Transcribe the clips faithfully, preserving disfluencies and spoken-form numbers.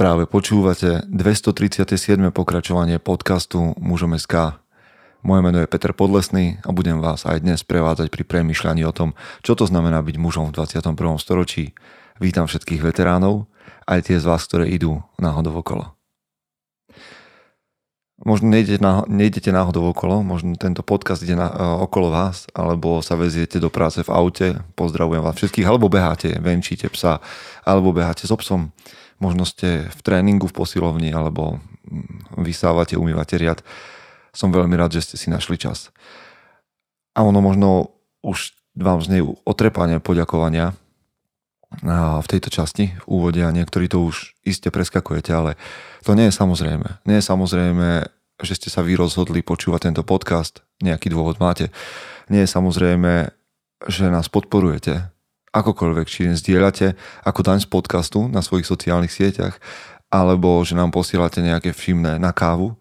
Práve počúvate dvestotridsiate siedme pokračovanie podcastu Mužom bodka es ká. Moje meno je Peter Podlesný a budem vás aj dnes prevádzať pri premýšľaní o tom, čo to znamená byť mužom v dvadsiatom prvom storočí. Vítam všetkých veteránov, aj tie z vás, ktoré idú náhodou okolo. Možno nejdete, náhodou, nejdete náhodou okolo, možno tento podcast ide na, okolo vás, alebo sa veziete do práce v aute, pozdravujem vás všetkých, alebo beháte, venčíte psa, alebo beháte s obsom. Možno ste v tréningu v posilovni, alebo vysávate, umývate riad. Som veľmi rád, že ste si našli čas. A ono možno už vám znejú otrepanie poďakovania v tejto časti, v úvode, a niektorí to už iste preskakujete, ale to nie je samozrejme. Nie je samozrejme, že ste sa vy rozhodli počúvať tento podcast, nejaký dôvod máte. Nie je samozrejme, že nás podporujete, akokoľvek, či zdieľate ako daň z podcastu na svojich sociálnych sieťach, alebo že nám posielate nejaké všimné na kávu.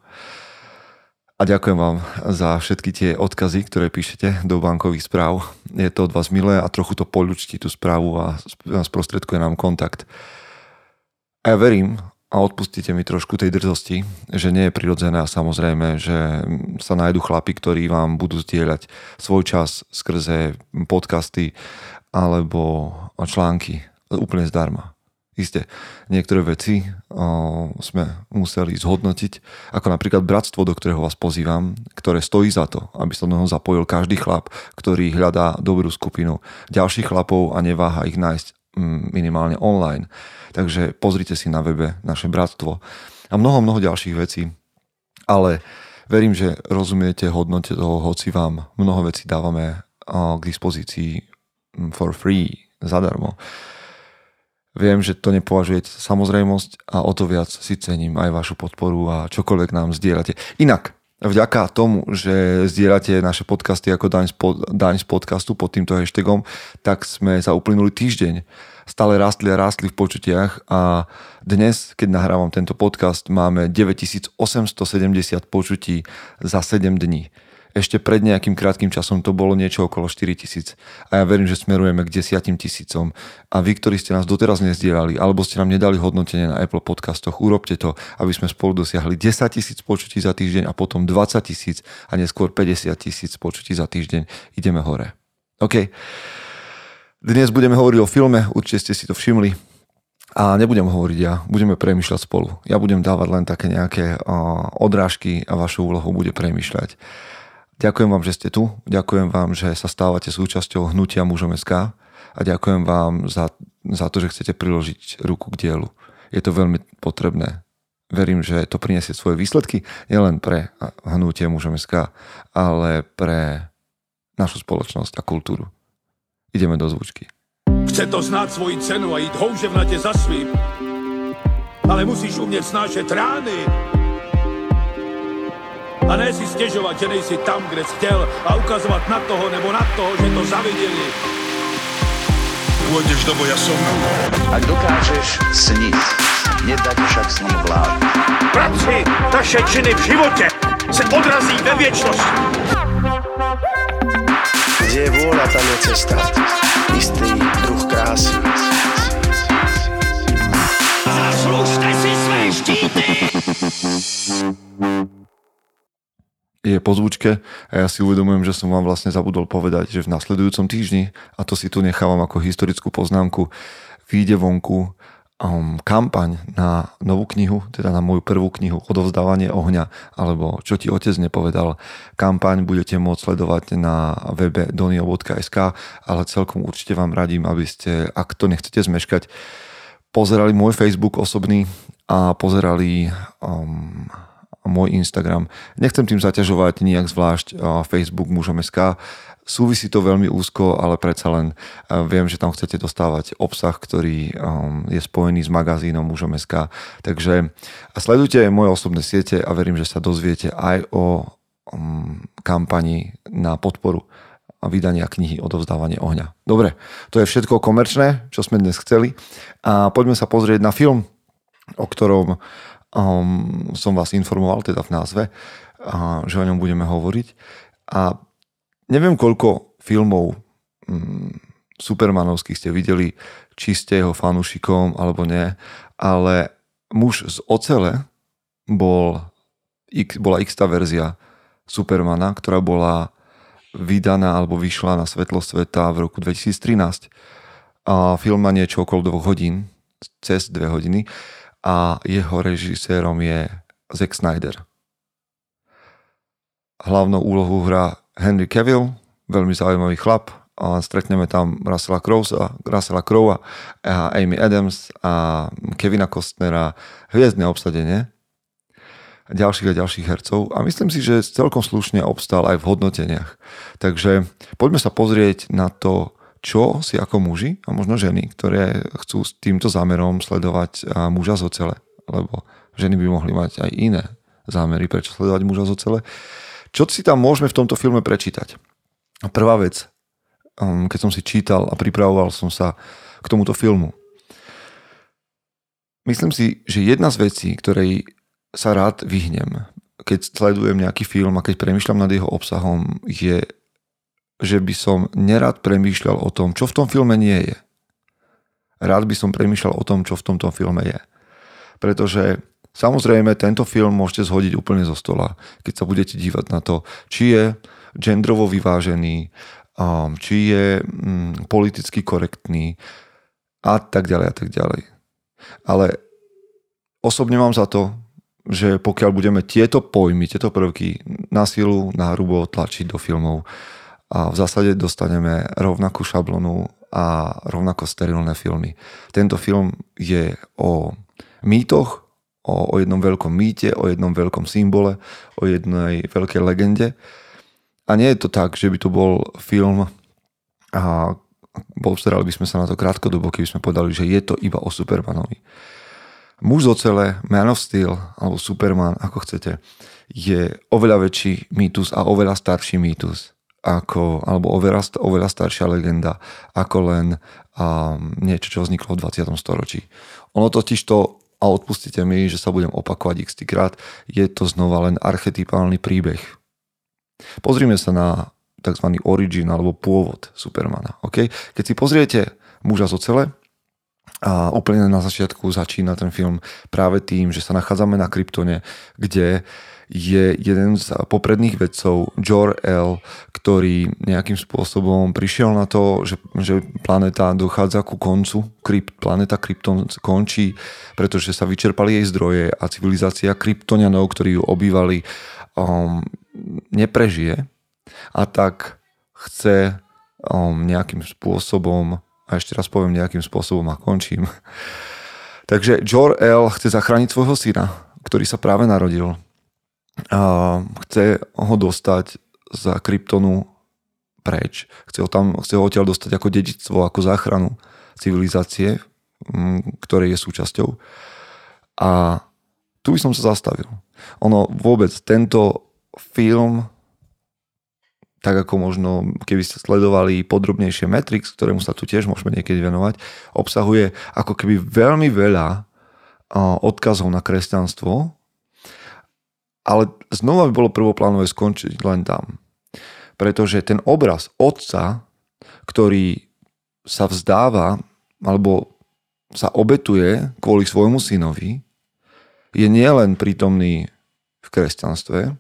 A ďakujem vám za všetky tie odkazy, ktoré píšete do bankových správ. Je to od vás milé a trochu to poľučtí tú správu a sprostredkuje nám kontakt. A ja verím, a odpustite mi trošku tej drzosti, že nie je prirodzené a samozrejme, že sa nájdu chlapi, ktorí vám budú zdieľať svoj čas skrze podcasty alebo články úplne zdarma. Isté, niektoré veci o, sme museli zhodnotiť, ako napríklad bratstvo, do ktorého vás pozývam, ktoré stojí za to, aby sa do neho zapojil každý chlap, ktorý hľadá dobrú skupinu ďalších chlapov a neváha ich nájsť mm, minimálne online. Takže pozrite si na webe naše bratstvo a mnoho, mnoho ďalších vecí. Ale verím, že rozumiete hodnote toho, hoci vám mnoho vecí dávame o, k dispozícii for free, zadarmo. Viem, že to nepovažujete za samozrejmosť a o to viac si cením aj vašu podporu a čokoľvek nám zdieľate. Inak, vďaka tomu, že zdieľate naše podcasty ako daň z, pod, daň z podcastu pod týmto hashtagom, tak sme za uplynulý týždeň stále rástli a rástli v počutiach a dnes, keď nahrávam tento podcast, máme deväťtisícosemstosedemdesiat počutí za sedem dní. Ešte pred nejakým krátkym časom to bolo niečo okolo štyritisíc. A ja verím, že smerujeme k desiatim tisícom. A vy, ktorí ste nás doteraz nezdielali, alebo ste nám nedali hodnotenie na Apple podcastoch, urobte to, aby sme spolu dosiahli desaťtisíc počutí za týždeň a potom dvadsaťtisíc a neskôr päťdesiattisíc počutí za týždeň. Ideme hore. OK. Dnes budeme hovoriť o filme, určite ste si to všimli. A nebudem hovoriť ja, budeme premýšľať spolu. Ja budem dávať len také nejaké odrážky a vašu úlohu bude premýšľať. Ďakujem vám, že ste tu, ďakujem vám, že sa stávate súčasťou hnutia Mužom bodka es ká a ďakujem vám za, za to, že chcete priložiť ruku k dielu. Je to veľmi potrebné. Verím, že to prinesie svoje výsledky nielen pre hnutie Mužom bodka es ká, ale pre našu spoločnosť a kultúru. Ideme do zvučky. Chce to znáť svoji cenu a ísť houževnate za svým, ale musíš umieť snášať rány. A ne si stěžovat, že nejsi tam, kde jsi chtěl a ukazovat na toho nebo na toho, že to zaviděli. Pôjdeš do boja som. Ak dokážeš sniť, nedať však sním vlád. Práci, taše činy v životě se odrazí ve věčnosti. Kde je vôľa, tam je cesta. Istý druh krásy. Zaslužte si své štíty! Je po zvučke a ja si uvedomujem, že som vám vlastne zabudol povedať, že v nasledujúcom týždni, a to si tu nechávam ako historickú poznámku, vyjde vonku um, kampaň na novú knihu, teda na moju prvú knihu Odovzdávanie ohňa, alebo Čo ti otec nepovedal. Kampaň budete môcť sledovať na webe donio bodka es ká, ale celkom určite vám radím, aby ste, ak to nechcete zmeškať, pozerali môj Facebook osobný a pozerali um, môj Instagram. Nechcem tým zaťažovať nijak zvlášť Facebook Mužom bodka es ká. Súvisí to veľmi úzko, ale predsa len viem, že tam chcete dostávať obsah, ktorý je spojený s magazínom Mužom bodka es ká. Takže sledujte moje osobné siete a verím, že sa dozviete aj o kampani na podporu a vydania knihy Odovzdávanie ohňa. Dobre, to je všetko komerčné, čo sme dnes chceli. A poďme sa pozrieť na film, o ktorom Um, som vás informoval teda v názve, uh, že o ňom budeme hovoriť. A neviem, koľko filmov um, supermanovských ste videli, či ste jeho fanúšikom alebo nie, ale Muž z ocele bol, bola X-tá verzia Supermana, ktorá bola vydaná alebo vyšla na svetlo sveta v roku dvetisíctrinásť. A film má niečo okolo dvoch hodín, cez dve hodiny a jeho režisérom je Zack Snyder. Hlavnú úlohu hrá Henry Cavill, veľmi zaujímavý chlap. A stretneme tam Russella Crowe, Russella Crowe a Amy Adams a Kevina Costnera, hviezdne obsadenie ďalších a ďalších hercov a myslím si, že celkom slušne obstál aj v hodnoteniach. Takže poďme sa pozrieť na to, čo si ako muži a možno ženy, ktoré chcú s týmto zámerom sledovať muža z ocele, lebo ženy by mohli mať aj iné zámery, prečo sledovať muža z ocele. Čo si tam môžeme v tomto filme prečítať? Prvá vec, keď som si čítal a pripravoval som sa k tomuto filmu. Myslím si, že jedna z vecí, ktorej sa rád vyhnem, keď sledujem nejaký film a keď premýšľam nad jeho obsahom, je, že by som nerad premýšľal o tom, čo v tom filme nie je. Rád by som premýšľal o tom, čo v tomto filme je. Pretože samozrejme tento film môžete zhodiť úplne zo stola, keď sa budete dívať na to, či je gendrovo vyvážený, či je mm, politicky korektný a tak ďalej a tak ďalej. Ale osobne mám za to, že pokiaľ budeme tieto pojmy, tieto prvky na silu, na hrubo tlačiť do filmov a v zásade dostaneme rovnakú šablonu a rovnako sterilné filmy. Tento film je o mýtoch, o, o jednom veľkom mýte, o jednom veľkom symbole, o jednej veľkej legende. A nie je to tak, že by to bol film a obstarali by sme sa na to krátkodobo, keby sme povedali, že je to iba o Supermanovi. Muž z ocele, Man of Steel alebo Superman, ako chcete, je oveľa väčší mýtus a oveľa starší mýtus, ako, alebo oveľa, oveľa staršia legenda, ako len um, niečo, čo vzniklo v dvadsiatom storočí. Ono totiž to, a odpustite mi, že sa budem opakovať x krát, je to znova len archetypálny príbeh. Pozrime sa na tzv. Origin alebo pôvod Supermana. Okay? Keď si pozriete Muža z ocele a úplne na začiatku začína ten film práve tým, že sa nachádzame na Kryptone, kde je jeden z popredných vedcov, Jor-El, ktorý nejakým spôsobom prišiel na to, že, že planéta dochádza ku koncu, Krypt, planéta Krypton končí, pretože sa vyčerpali jej zdroje a civilizácia Kryptonianov, ktorí ju obývali, um, neprežije a tak chce um, nejakým spôsobom, a ešte raz poviem nejakým spôsobom a končím. Takže Jor-El chce zachrániť svojho syna, ktorý sa práve narodil. A chce ho dostať z Kryptonu preč. Chce ho, tam, chce ho odtiaľ dostať ako dedičstvo, ako záchranu civilizácie, ktorej je súčasťou. A tu by som sa zastavil. Ono vôbec tento film, tak ako možno keby ste sledovali podrobnejšie Matrix, ktorému sa tu tiež môžeme niekedy venovať, obsahuje ako keby veľmi veľa odkazov na kresťanstvo, ale znova by bolo prvoplánové skončiť len tam. Pretože ten obraz otca, ktorý sa vzdáva alebo sa obetuje kvôli svojmu synovi, je nielen prítomný v kresťanstve,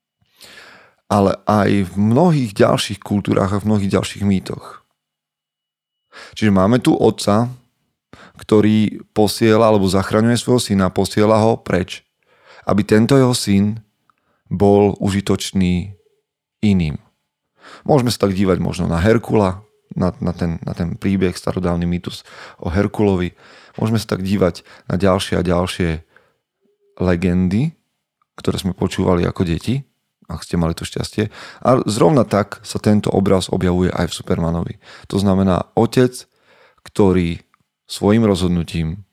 ale aj v mnohých ďalších kultúrách a v mnohých ďalších mýtoch. Čiže máme tu otca, ktorý posiela alebo zachraňuje svojho syna, posiela ho preč, aby tento jeho syn bol užitočný iným. Môžeme sa tak dívať možno na Herkula, na, na, ten, na ten príbeh, starodávny mýtus o Herkulovi. Môžeme sa tak dívať na ďalšie a ďalšie legendy, ktoré sme počúvali ako deti, ak ste mali to šťastie. A zrovna tak sa tento obraz objavuje aj v Supermanovi. To znamená otec, ktorý svojim rozhodnutím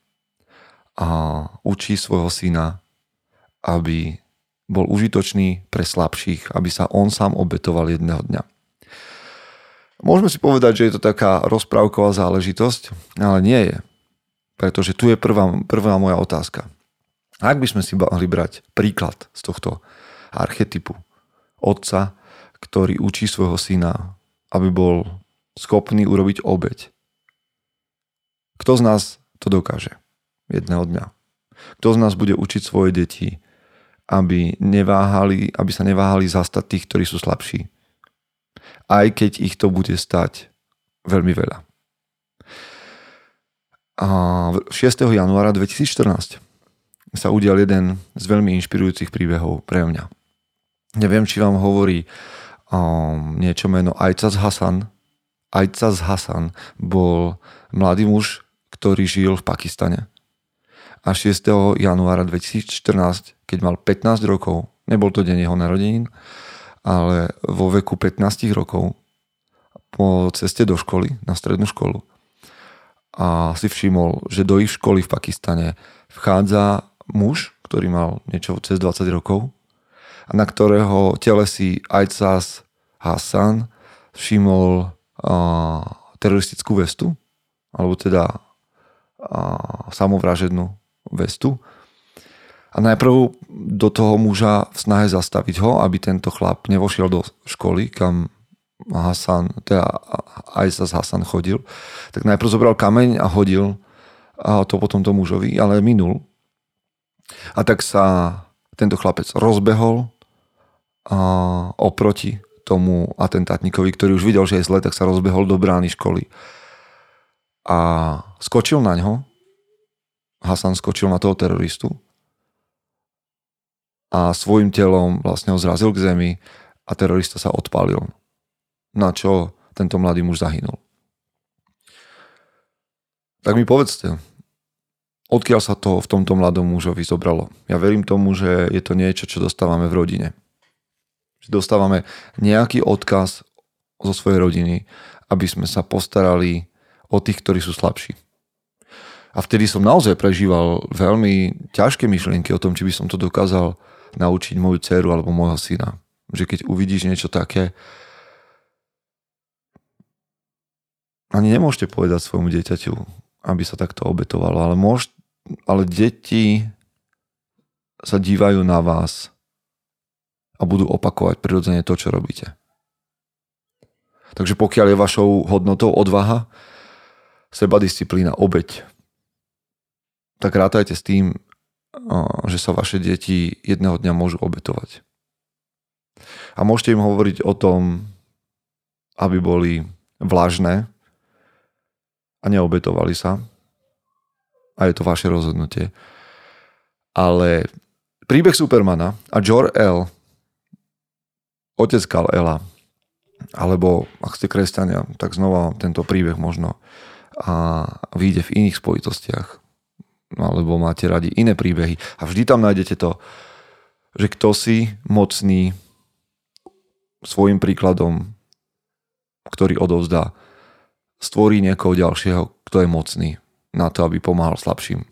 a učí svojho syna, aby bol užitočný pre slabších, aby sa on sám obetoval jedného dňa. Môžeme si povedať, že je to taká rozprávková záležitosť, ale nie je. Pretože tu je prvá, prvá moja otázka. Ak by sme si mali brať príklad z tohto archetypu otca, ktorý učí svojho syna, aby bol schopný urobiť obeť. Kto z nás to dokáže jedného dňa? Kto z nás bude učiť svoje deti, aby, neváhali, aby sa neváhali zastať tých, ktorí sú slabší? Aj keď ich to bude stať veľmi veľa. A šiesteho januára dvetisícštrnásť sa udial jeden z veľmi inšpirujúcich príbehov pre mňa. Neviem, či vám hovorí um, niečo meno Aicaz Hasan. Aicaz Hasan bol mladý muž, ktorý žil v Pakistane. A šiesteho januára dvetisícštrnásť, keď mal pätnásť rokov, nebol to deň jeho narodenín, ale vo veku pätnásť rokov, po ceste do školy, na strednú školu, a si všimol, že do ich školy v Pakistane vchádza muž, ktorý mal niečo cez dvadsať rokov a na ktorého tele si Aicaz Hasan všimol uh, teroristickú vestu, alebo teda uh, samovražednú vestu. A najprv do toho muža v snahe zastaviť ho, aby tento chlap nevošiel do školy, kam Hasan, teda Aicaz Hasan chodil, tak najprv zobral kameň a hodil a to potom tomu mužovi, ale minul. A tak sa tento chlapec rozbehol a oproti tomu atentátnikovi, ktorý už videl, že je zle, tak sa rozbehol do brány školy. A skočil na ňo. Hasan skočil na toho teroristu a svojim telom vlastne ho zrazil k zemi a terorista sa odpálil. Na čo tento mladý muž zahynul. Tak mi povedzte, odkiaľ sa to v tomto mladom mužovi zobralo? Ja verím tomu, že je to niečo, čo dostávame v rodine. Že dostávame nejaký odkaz zo svojej rodiny, aby sme sa postarali o tých, ktorí sú slabší. A vtedy som naozaj prežíval veľmi ťažké myšlienky o tom, či by som to dokázal naučiť moju dceru alebo môjho syna. Že keď uvidíš niečo také, ani nemôžete povedať svojmu dieťaťu, aby sa takto obetovalo, ale, môž, ale deti sa dívajú na vás a budú opakovať prirodzene to, čo robíte. Takže pokiaľ je vašou hodnotou odvaha, sebadisciplína, obeť, tak rátajte s tým, že sa vaše deti jedného dňa môžu obetovať. A môžete im hovoriť o tom, aby boli vlažné, a neobetovali sa. A je to vaše rozhodnutie. Ale príbeh Supermana a Jor-El, otec Kal-Ela, alebo ak ste kresťania, tak znova tento príbeh možno a vyjde v iných spojitostiach. Alebo máte radi iné príbehy. A vždy tam nájdete to, že kto si mocný svojim príkladom, ktorý odovzdá, stvorí niekoho ďalšieho, kto je mocný na to, aby pomáhal slabším.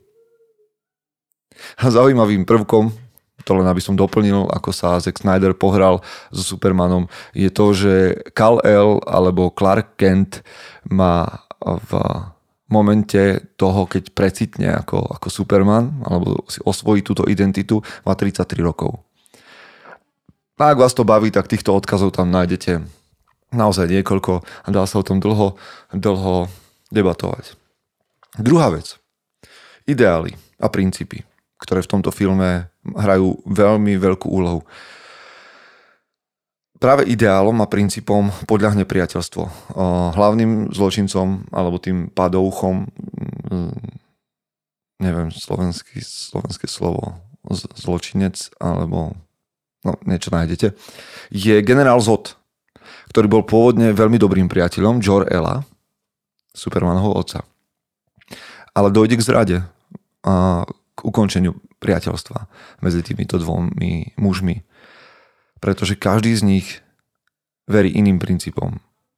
A zaujímavým prvkom, to len aby som doplnil, ako sa Zack Snyder pohral so Supermanom, je to, že Kal-El alebo Clark Kent má v momente toho, keď precitne ako, ako Superman, alebo si osvojí túto identitu, má tridsaťtri rokov. A ak vás to baví, tak týchto odkazov tam nájdete naozaj niekoľko a dá sa o tom dlho, dlho debatovať. Druhá vec. Ideály a princípy, ktoré v tomto filme hrajú veľmi veľkú úlohu. Práve ideálom a princípom podľahne priateľstvo. Hlavným zločincom alebo tým padouchom, neviem, slovenský, slovenské slovo, zločinec alebo no, niečo nájdete, je generál Zod, ktorý bol pôvodne veľmi dobrým priateľom Jor-Ela, Supermanovho otca. Ale dojde k zrade a k ukončeniu priateľstva medzi týmito dvomi mužmi. Pretože každý z nich verí iným princípom.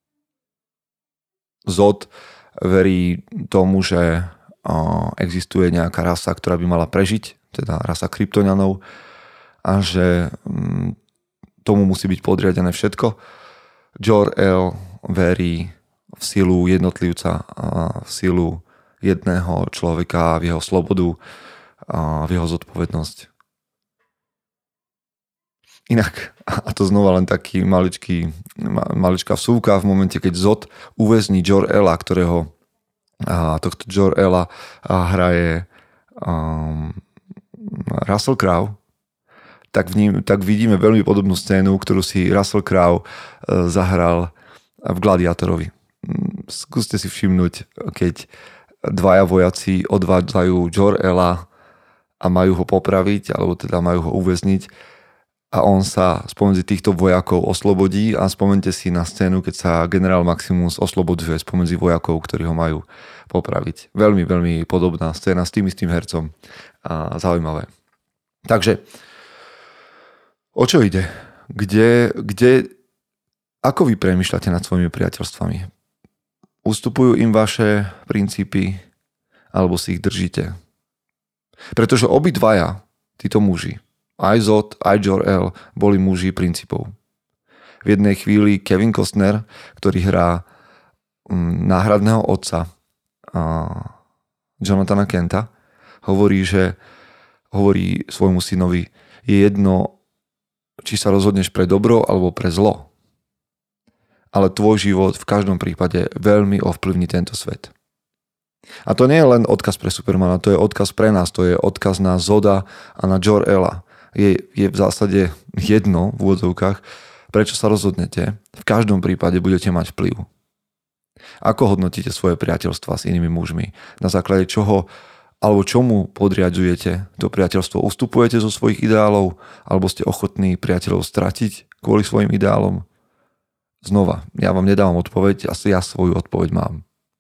Zod verí tomu, že existuje nejaká rasa, ktorá by mala prežiť, teda rasa Kryptonianov, a že tomu musí byť podriadené všetko. Jor-El verí v silu jednotlivca a v silu jedného človeka, v jeho slobodu a v jeho zodpovednosť. Inak, a to znova len taký maličký, maličká vsúvka v momente, keď Zod uväzní Jor-Ela, ktorého a tohto Jor-Ela hraje um, Russell Crowe, tak, v ním, tak vidíme veľmi podobnú scénu, ktorú si Russell Crowe zahral v Gladiátorovi. Skúste si všimnúť, keď dvaja vojaci odvádzajú Jor-Ela a majú ho popraviť, alebo teda majú ho uväzniť a on sa spomedzi týchto vojakov oslobodí a spomente si na scénu, keď sa generál Maximus oslobodzuje spomedzi vojakov, ktorí ho majú popraviť. Veľmi, veľmi podobná scéna s tým istým hercom a zaujímavé. Takže, o čo ide? Kde, kde, ako vy premýšľate nad svojimi priateľstvami? Ustupujú im vaše princípy alebo si ich držíte? Pretože obidvaja, títo muži, aj Zod, aj Jor-El, boli muži princípov. V jednej chvíli Kevin Costner, ktorý hrá náhradného otca Jonathana Kenta, hovorí, že hovorí svojmu synovi, je jedno, či sa rozhodneš pre dobro alebo pre zlo. Ale tvoj život v každom prípade veľmi ovplyvní tento svet. A to nie je len odkaz pre Supermana, to je odkaz pre nás, to je odkaz na Zoda a na Jor-Ela. Je, je v zásade jedno v úvodzovkách, prečo sa rozhodnete, v každom prípade budete mať vplyv. Ako hodnotíte svoje priateľstva s inými mužmi? Na základe čoho alebo čomu podriadzujete to priateľstvo? Ustupujete zo svojich ideálov alebo ste ochotní priateľov stratiť kvôli svojim ideálom? Znova, ja vám nedávam odpoveď, asi ja svoju odpoveď mám.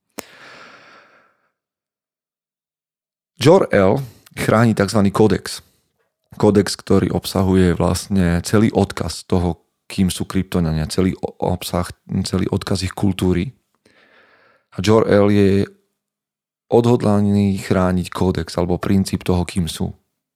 Jor-El chráni tzv. Kódex. Kódex, ktorý obsahuje vlastne celý odkaz toho, kým sú Kryptoniania, celý obsah, celý odkaz ich kultúry. A Jor-El je odhodlaný chrániť kódex alebo princíp toho, kým sú.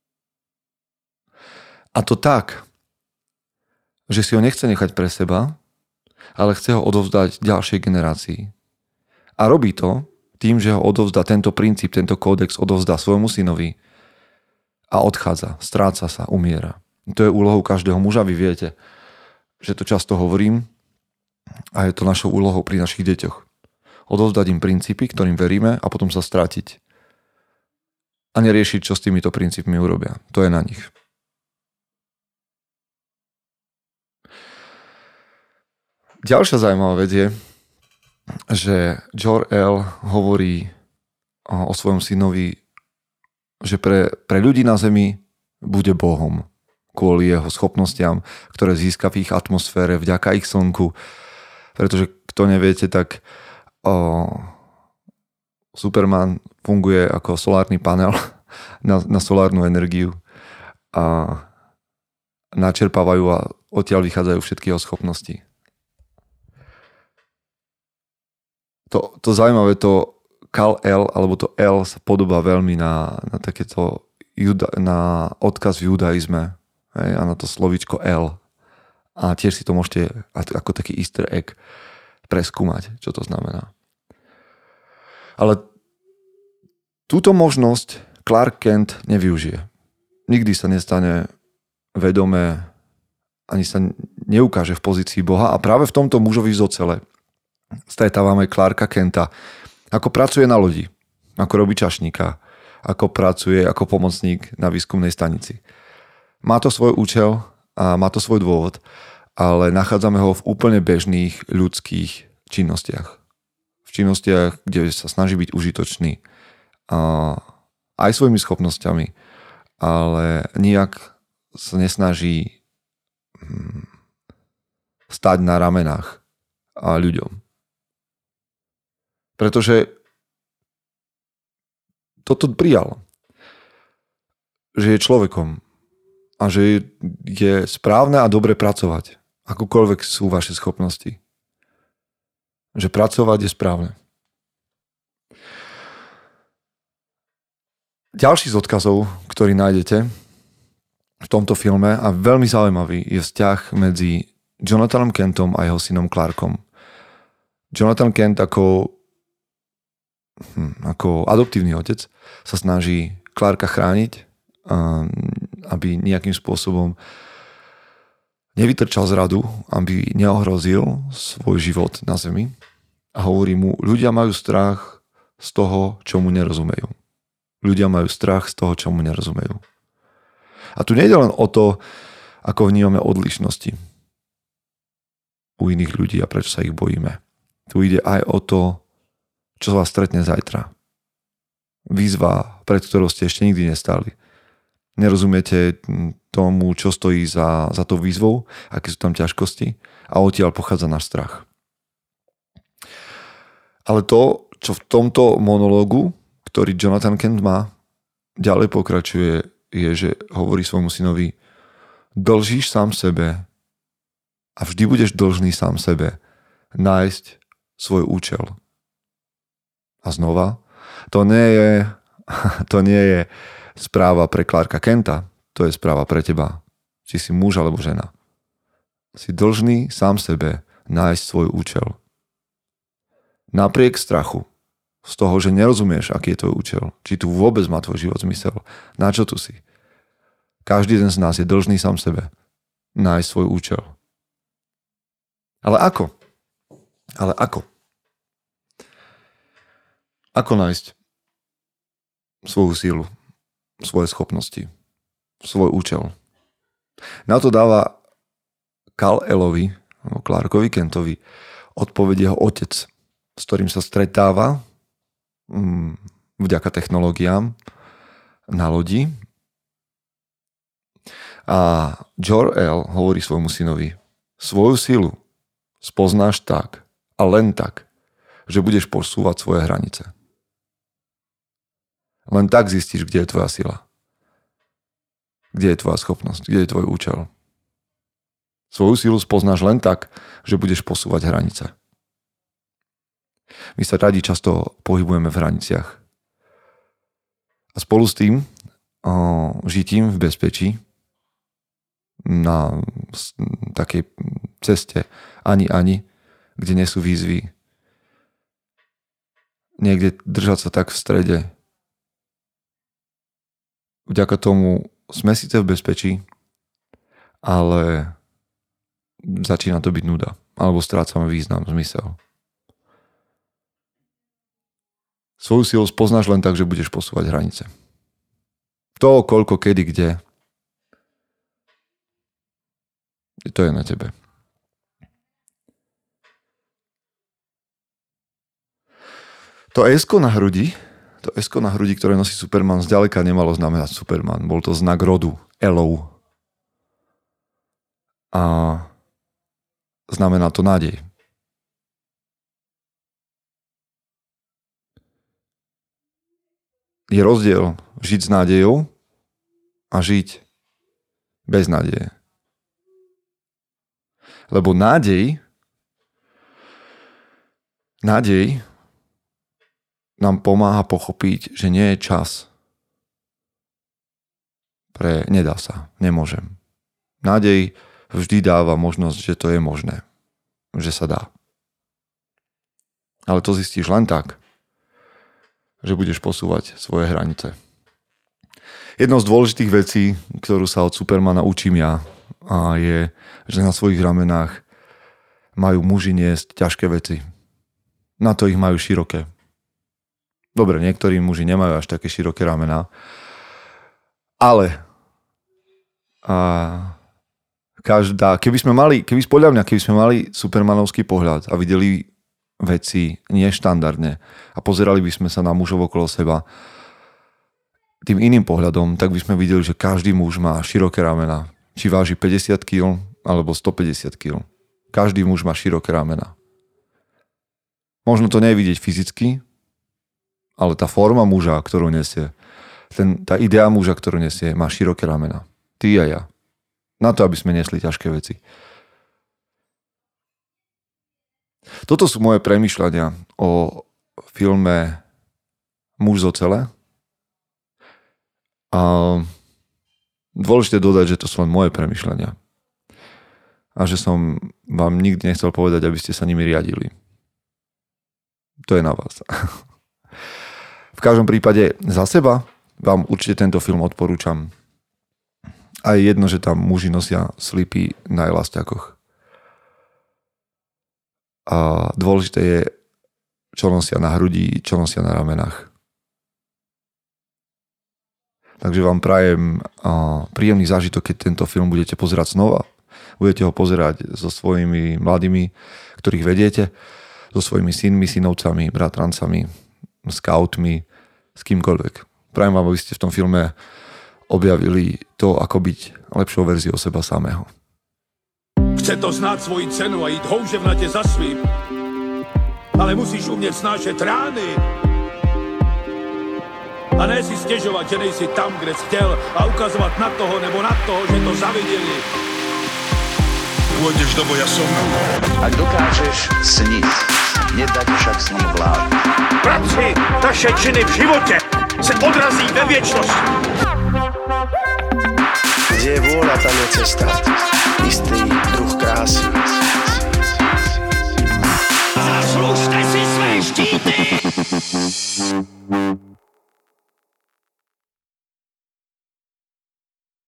A to tak, že si ho nechce nechať pre seba, ale chce ho odovzdať ďalšej generácii. A robí to tým, že ho odovzdá tento princíp, tento kódex odovzdá svojmu synovi a odchádza, stráca sa, umiera. To je úlohou každého muža, vy viete, že to často hovorím a je to našou úlohou pri našich deťoch. Odovzdať im princípy, ktorým veríme a potom sa strátiť. A neriešiť, čo s týmito princípmi urobia. To je na nich. Ďalšia zaujímavá vec je, že Jor-El hovorí o svojom synovi, že pre, pre ľudí na Zemi bude Bohom kvôli jeho schopnostiam, ktoré získa v ich atmosfére vďaka ich slnku. Pretože kto neviete, tak o, Superman funguje ako solárny panel na, na solárnu energiu a načerpávajú a odtiaľ vychádzajú všetky jeho schopnosti. To, to zaujímavé, to Kal-El, alebo to El sa podobá veľmi na, na takéto juda, na odkaz v judaizme, hej, a na to slovíčko El. A tiež si to môžete ako taký easter egg preskúmať, čo to znamená. Ale túto možnosť Clark Kent nevyužije. Nikdy sa nestane vedomé, ani sa neukáže v pozícii Boha a práve v tomto mužovi z ocele stretávame Clarka Kenta, ako pracuje na lodi, ako robí čašníka, ako pracuje ako pomocník na výskumnej stanici. Má to svoj účel a má to svoj dôvod, ale nachádzame ho v úplne bežných ľudských činnostiach. V činnostiach, kde sa snaží byť užitočný a aj svojimi schopnosťami, ale nijak sa nesnaží stať na ramenách a ľuďom. Pretože toto prijal, že je človekom a že je správne a dobre pracovať, akokoľvek sú vaše schopnosti. Že pracovať je správne. Ďalší z odkazov, ktorý nájdete v tomto filme a veľmi zaujímavý, je vzťah medzi Jonathanom Kentom a jeho synom Clarkom. Jonathan Kent ako ako adoptívny otec sa snaží Clarka chrániť, aby nejakým spôsobom nevytrčal z radu, aby neohrozil svoj život na Zemi a hovorí mu, ľudia majú strach z toho, čomu nerozumejú. Ľudia majú strach z toho, čomu nerozumejú. A tu nejde len o to, ako vnímame odlišnosti u iných ľudí a prečo sa ich bojíme. Tu ide aj o to, čo vás stretne zajtra. Výzva, pred ktorou ste ešte nikdy nestáli. Nerozumiete tomu, čo stojí za, za tou výzvou, aké sú tam ťažkosti a odtiaľ pochádza náš strach. Ale to, čo v tomto monológu, ktorý Jonathan Kent má, ďalej pokračuje, je, že hovorí svojmu synovi: dlžíš sám sebe a vždy budeš dlžný sám sebe nájsť svoj účel. A znova, to nie je, to nie je správa pre Clarka Kenta, to je správa pre teba, či si muž alebo žena. Si dlžný sám sebe nájsť svoj účel. Napriek strachu z toho, že nerozumieš, aký je tvoj účel, či tu vôbec má tvoj život zmysel, na čo tu si. Každý jeden z nás je dlžný sám sebe nájsť svoj účel. Ale ako? Ale ako? Ako nájsť svoju sílu, svoje schopnosti, svoj účel? Na to dáva Kal-Elovi, alebo Clarkovi Kentovi, odpoveď jeho otec, s ktorým sa stretáva mm, vďaka technológiám na lodi. A Jor-El hovorí svojmu synovi: svoju silu spoznáš tak a len tak, že budeš posúvať svoje hranice. Len tak zistíš, kde je tvoja sila. Kde je tvoja schopnosť, kde je tvoj účel. Svoju silu spoznáš len tak, že budeš posúvať hranice. My sa radi často pohybujeme v hraniciach. A spolu s tým, o, žitím v bezpečí, na takej ceste ani ani, kde nie sú výzvy, niekde držať sa tak v strede. Vďaka tomu sme síce v bezpečí, ale začína to byť nuda, alebo strácame význam, zmysel. Svoju silu spoznáš len tak, že budeš posúvať hranice. To, koľko, kedy, kde, to je na tebe. To esko na hrudi, to esko na hrudi, ktoré nosí Superman, zďaleka nemalo znamenať Superman. Bol to znak rodu, Elov. A znamená to nádej. Je rozdiel žiť s nádejou a žiť bez nádeje. Lebo nádej, nádej nám pomáha pochopiť, že nie je čas pre nedá sa, nemôžem. Nádej vždy dáva možnosť, že to je možné, že sa dá. Ale to zistíš len tak, že budeš posúvať svoje hranice. Jednou z dôležitých vecí, ktorú sa od Supermana učím ja, a je, že na svojich ramenách majú muži niesť ťažké veci. Na to ich majú široké. Dobre, niektorí muži nemajú až také široké ramená, ale a každá, keby sme mali, keby podľa mňa, keby sme mali supermanovský pohľad a videli veci neštandardne a pozerali by sme sa na mužov okolo seba tým iným pohľadom, tak by sme videli, že každý muž má široké ramená. Či váži päťdesiat kíl alebo stopäťdesiat kíl. Každý muž má široké ramená. Možno to nie je vidieť fyzicky, ale tá forma muža, ktorú nesie, ten, tá idea muža, ktorú nesie, má široké ramená. Ty a ja. Na to, aby sme nesli ťažké veci. Toto sú moje premýšľania o filme Muž z ocele. A dôležité dodať, že to sú len moje premýšľania. A že som vám nikdy nechcel povedať, aby ste sa nimi riadili. To je na vás. V každom prípade za seba vám určite tento film odporúčam. A je jedno, že tam muži nosia slipy na elastiakoch. A dôležité je, čo nosia na hrudi, čo nosia na ramenách. Takže vám prajem príjemný zážitok, keď tento film budete pozerať znova. Budete ho pozerať so svojimi mladými, ktorých vediete, so svojimi synmi, synovcami, bratrancami, scoutmi, s kýmkoľvek. Prajem vám, aby ste v tom filme objavili to, ako byť lepšou verziou seba samého. Chce to znát svoji cenu a jít houževnatě za svým. Ale musíš umět snášet rány. A ne si stěžovat, že nejsi tam, kde jsi chtěl a ukazovat na toho nebo na toho, že to zaviděli. Pôjdeš do boja som. Ak dokážeš sniť, nedať však snom vlád. Práci, taše činy v životě se odrazí ve věčnosti. Kde je vôľa, tam je cesta. Istý druh krásy. Zaslužte si své štíty!